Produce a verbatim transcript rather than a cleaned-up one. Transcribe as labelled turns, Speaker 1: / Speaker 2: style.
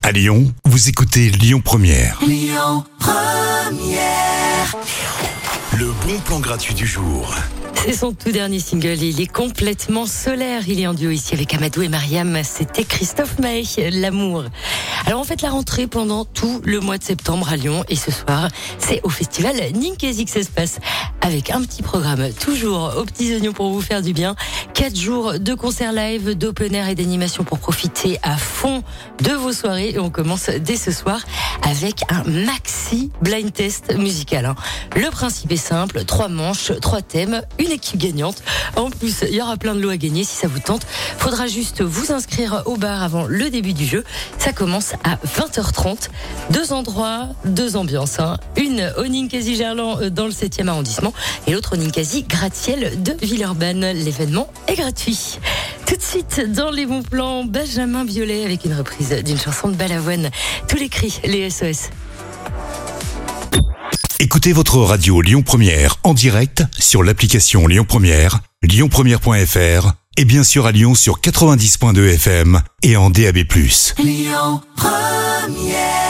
Speaker 1: À Lyon, vous écoutez Lyon Première.
Speaker 2: Lyon Première.
Speaker 1: Le bon plan gratuit du jour.
Speaker 3: C'est son tout dernier single, il est complètement solaire. Il est en duo ici avec Amadou et Mariam. C'était Christophe Maé, L'amour. Alors on fête la rentrée pendant tout le mois de septembre à Lyon. Et ce soir, c'est au festival Ninkasi que ça se passe. Avec un petit programme, toujours aux petits oignons pour vous faire du bien. Quatre jours de concerts live, d'open air et d'animation pour profiter à fond de vos soirées. Et on commence dès ce soir avec un maxi blind test musical. Hein. Le principe est simple, trois manches, trois thèmes, une équipe gagnante. En plus, il y aura plein de lots à gagner si ça vous tente. Faudra juste vous inscrire au bar avant le début du jeu. Ça commence à vingt heures trente. Deux endroits, deux ambiances. Hein. Une au Ninkasi Gerland dans le septième arrondissement et l'autre au Ninkasi Gratte-Ciel de Villeurbanne. L'événement est gratuit. Tout de suite, dans les bons plans, Benjamin Biolay avec une reprise d'une chanson de Balavoine. Tous les cris, les S O S.
Speaker 1: Écoutez votre radio Lyon Première en direct sur l'application Lyon Première, lyon première point f r et bien sûr à Lyon sur quatre-vingt-dix virgule deux F M et en D A B plus.
Speaker 2: Lyon Première.